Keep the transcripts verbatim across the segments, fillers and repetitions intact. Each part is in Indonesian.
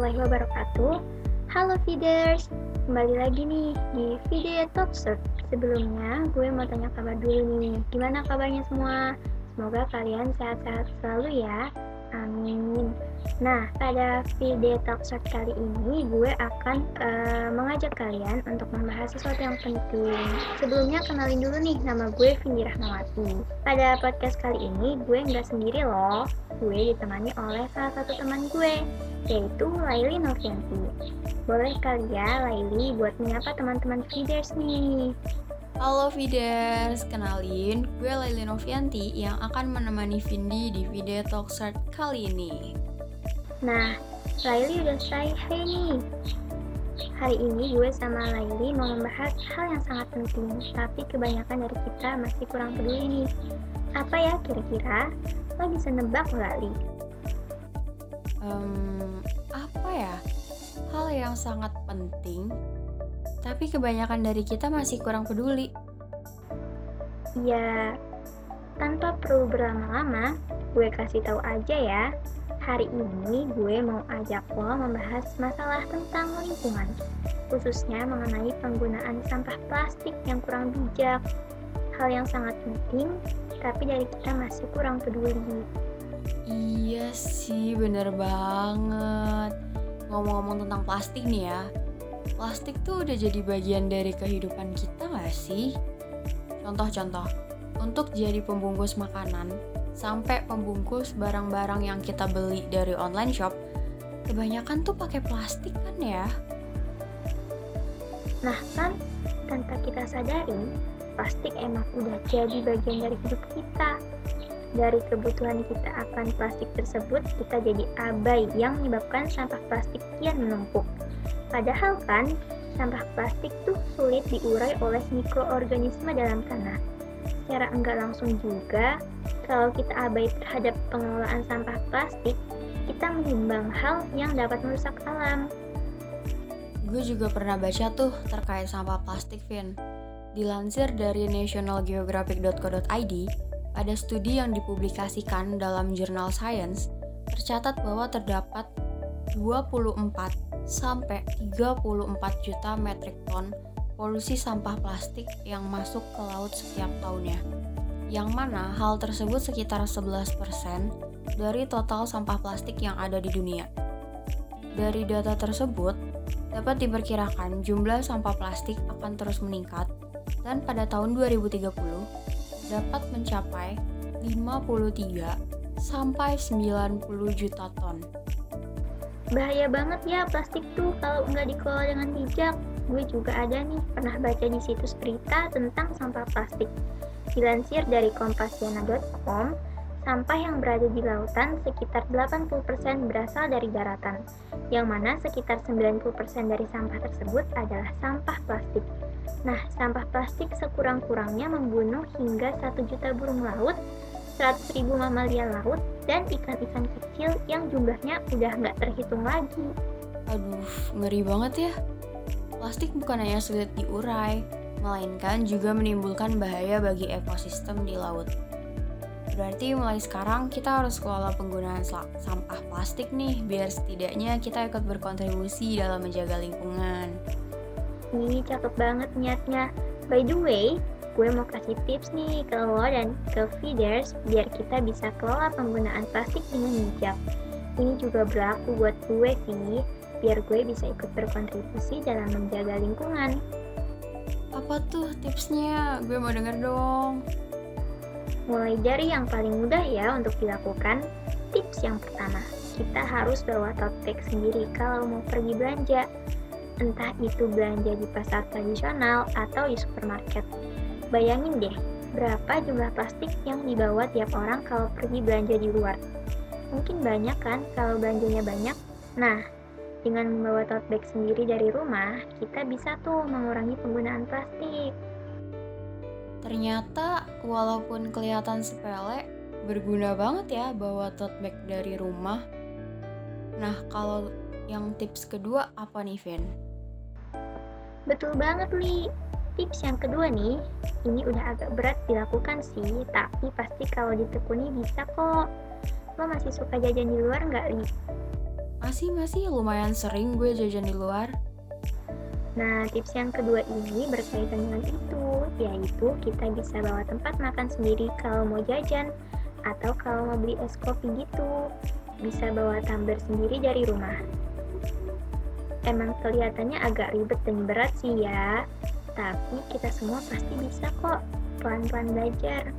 warahmatullahi wabarakatuh. Halo feeders, kembali lagi nih di Video Talk Short. Sebelumnya gue mau tanya kabar dulu nih, gimana kabarnya semua? Semoga kalian sehat-sehat selalu ya, amin. Nah, pada Video Talk Short kali ini gue akan uh, mengajak kalian untuk membahas sesuatu yang penting. Sebelumnya kenalin dulu nih, nama gue Vindi Rahmawati. Pada podcast kali ini gue nggak sendiri loh, gue ditemani oleh salah satu teman gue, yaitu Laili Novianti. Boleh kali ya Laili buat menyapa teman-teman feeders nih. Halo feeders, kenalin gue Laili Novianti yang akan menemani Vindi di Video Talk Short kali ini. Nah, Laili udah say hey nih. Hari ini gue sama Laili mau membahas hal yang sangat penting, tapi kebanyakan dari kita masih kurang peduli nih. Apa ya kira-kira? Lo bisa nebak nggak, Li? Um, apa ya? Hal yang sangat penting, tapi kebanyakan dari kita masih kurang peduli. Ya, tanpa perlu berlama-lama, gue kasih tahu aja ya. Hari ini gue mau ajak lo membahas masalah tentang lingkungan, khususnya mengenai penggunaan sampah plastik yang kurang bijak. Hal yang sangat penting, tapi dari kita masih kurang peduli. Iya sih, bener banget. Ngomong-ngomong tentang plastik nih ya, plastik tuh udah jadi bagian dari kehidupan kita gak sih? Contoh-contoh, untuk jadi pembungkus makanan, sampai pembungkus barang-barang yang kita beli dari online shop, kebanyakan tuh pakai plastik kan ya? Nah kan, tanpa kita sadari, plastik emang udah jadi bagian dari hidup kita. Dari kebutuhan kita akan plastik tersebut, kita jadi abai yang menyebabkan sampah plastik kian menumpuk. Padahal kan, sampah plastik tuh sulit diurai oleh mikroorganisme dalam tanah. Secara enggak langsung juga, kalau kita abai terhadap pengelolaan sampah plastik, kita menyumbang hal yang dapat merusak alam. Gue juga pernah baca tuh terkait sampah plastik, Vin. Dilansir dari national geographic dot co dot i d, pada studi yang dipublikasikan dalam jurnal Science, tercatat bahwa terdapat dua puluh empat sampai tiga puluh empat juta metrik ton polusi sampah plastik yang masuk ke laut setiap tahunnya. Yang mana hal tersebut sekitar sebelas persen dari total sampah plastik yang ada di dunia. Dari data tersebut, dapat diperkirakan jumlah sampah plastik akan terus meningkat dan pada tahun dua ribu tiga puluh dapat mencapai lima puluh tiga sampai sembilan puluh juta ton. Bahaya banget ya plastik tuh kalau nggak dikelola dengan bijak. Gue juga ada nih pernah baca di situs berita tentang sampah plastik. Dilansir dari kompasiana dot com, sampah yang berada di lautan sekitar delapan puluh persen berasal dari daratan, yang mana sekitar sembilan puluh persen dari sampah tersebut adalah sampah plastik. Nah, sampah plastik sekurang-kurangnya membunuh hingga satu juta burung laut, seratus ribu mamalia laut, dan ikan-ikan kecil yang jumlahnya udah nggak terhitung lagi. Aduh, ngeri banget ya. Plastik bukan hanya sulit diurai, melainkan juga menimbulkan bahaya bagi ekosistem di laut. Berarti mulai sekarang kita harus kelola penggunaan sampah plastik nih, biar setidaknya kita ikut berkontribusi dalam menjaga lingkungan. Ini cakep banget niatnya. By the way, gue mau kasih tips nih ke lo dan ke feeders biar kita bisa kelola penggunaan plastik dengan bijak. Ini juga berlaku buat gue sih, biar gue bisa ikut berkontribusi dalam menjaga lingkungan. Apa tuh tipsnya? Gue mau denger dong. Mulai dari yang paling mudah ya untuk dilakukan. Tips yang pertama, kita harus bawa tote bag sendiri kalau mau pergi belanja. Entah itu belanja di pasar tradisional atau di supermarket. Bayangin deh, berapa jumlah plastik yang dibawa tiap orang kalau pergi belanja di luar. Mungkin banyak kan kalau belanjanya banyak. Nah, dengan membawa tote bag sendiri dari rumah, kita bisa tuh mengurangi penggunaan plastik. Ternyata walaupun kelihatan sepele, berguna banget ya bawa tote bag dari rumah. Nah, kalau yang tips kedua apa nih, Vin? Betul banget, Li. Tips yang kedua nih, ini udah agak berat dilakukan sih, tapi pasti kalau ditekuni bisa kok. Lo masih suka jajan di luar nggak, Li? Masih, masih lumayan sering gue jajan di luar. Nah, tips yang kedua ini berkaitan dengan itu, yaitu kita bisa bawa tempat makan sendiri kalau mau jajan, atau kalau mau beli es kopi gitu, bisa bawa tumbler sendiri dari rumah. Emang kelihatannya agak ribet dan berat sih ya, tapi kita semua pasti bisa kok, pelan-pelan belajar.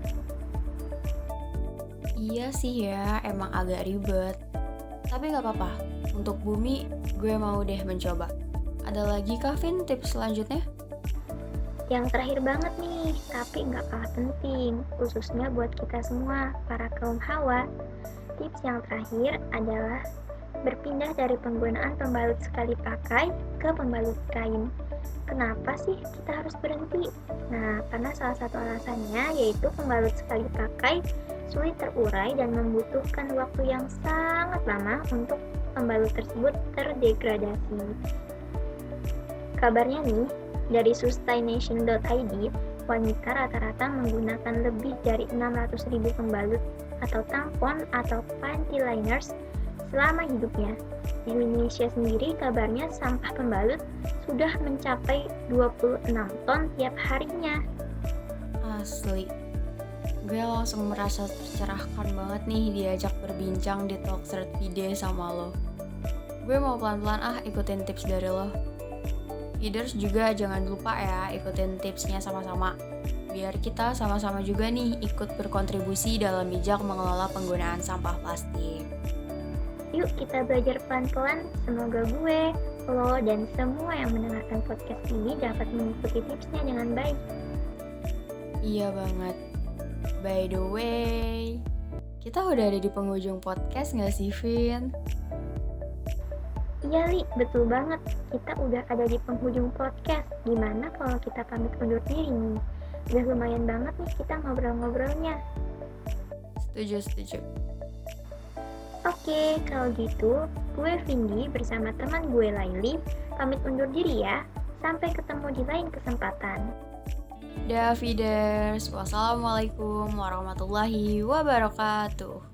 Iya sih ya, emang agak ribet. Tapi gak apa-apa, untuk Bumi gue mau deh mencoba. Ada lagi kah, Vin, tips selanjutnya? Yang terakhir banget nih, tapi nggak kalah penting, khususnya buat kita semua, para kaum hawa. Tips yang terakhir adalah berpindah dari penggunaan pembalut sekali pakai ke pembalut kain. Kenapa sih kita harus berhenti? Nah, karena salah satu alasannya yaitu pembalut sekali pakai sulit terurai dan membutuhkan waktu yang sangat lama untuk pembalut tersebut terdegradasi. Kabarnya nih, dari sustaination dot i d, wanita rata-rata menggunakan lebih dari enam ratus ribu pembalut atau tampon atau panty liners selama hidupnya. Di Indonesia sendiri kabarnya sampah pembalut sudah mencapai dua puluh enam ton tiap harinya. Asli, gue langsung merasa tercerahkan banget nih diajak berbincang di Talkstart Video sama lo. Gue mau pelan-pelan ah ikutin tips dari lo. Feeders juga jangan lupa ya ikutin tipsnya sama-sama. Biar kita sama-sama juga nih ikut berkontribusi dalam bijak mengelola penggunaan sampah plastik. Yuk kita belajar pelan-pelan, semoga gue, lo, dan semua yang mendengarkan podcast ini dapat mengikuti tipsnya dengan baik. Iya banget. By the way, kita udah ada di penghujung podcast gak sih, Vin? Iya Li, betul banget. Kita udah ada di penghujung podcast. Gimana kalau kita pamit undur diri nih? Udah lumayan banget nih kita ngobrol-ngobrolnya. Setuju, setuju. Oke, kalau gitu, gue Vindi bersama teman gue Laili pamit undur diri ya. Sampai ketemu di lain kesempatan. Dah, Feeders. Wassalamualaikum warahmatullahi wabarakatuh.